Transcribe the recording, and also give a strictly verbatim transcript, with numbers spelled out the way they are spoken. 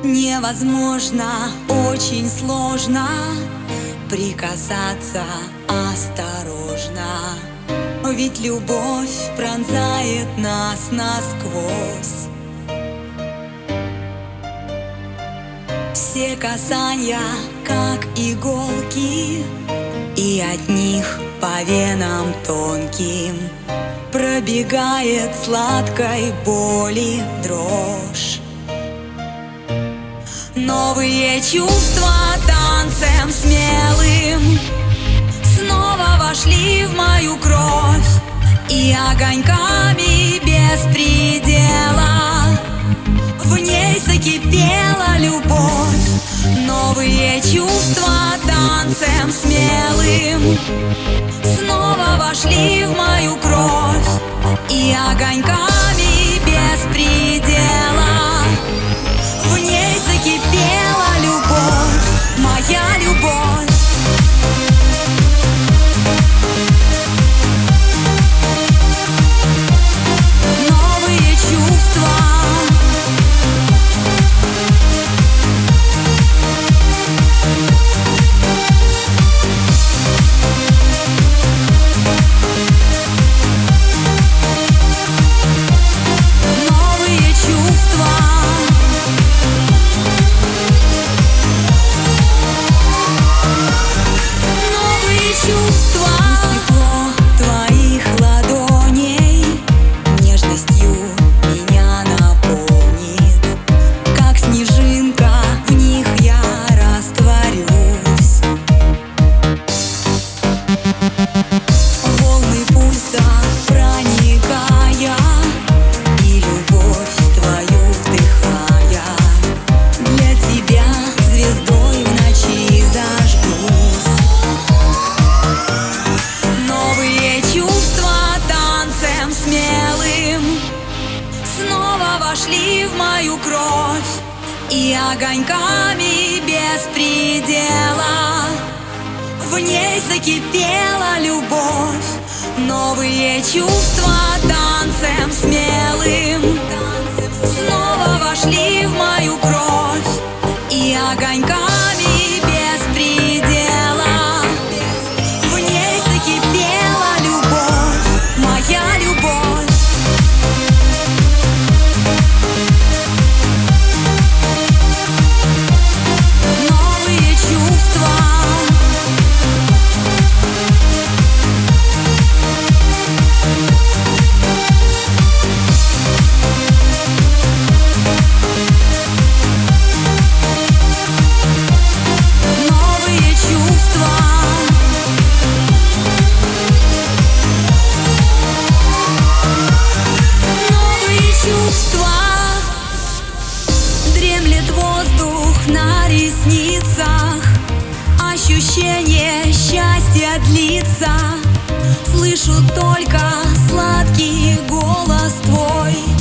Невозможно, очень сложно прикасаться осторожно, ведь любовь пронзает нас насквозь. Все касания, как иголки, и от них по венам тонким пробегает сладкой боли дрожь. Новые чувства танцем смелым снова вошли в мою кровь, и огоньками без предела в ней закипела любовь. Новые чувства танцем смелым снова вошли в мою кровь, и огоньками без предела в ней закипела любовь, моя любовь. Новые чувства. Вошли в мою кровь, и огоньками без предела в ней закипела любовь. Новые чувства танцем смелым снова вошли в мою кровь, и огоньками без предела в ней закипела любовь, моя любовь. Дремлет воздух на ресницах, ощущение счастья длится. Слышу только сладкий голос твой,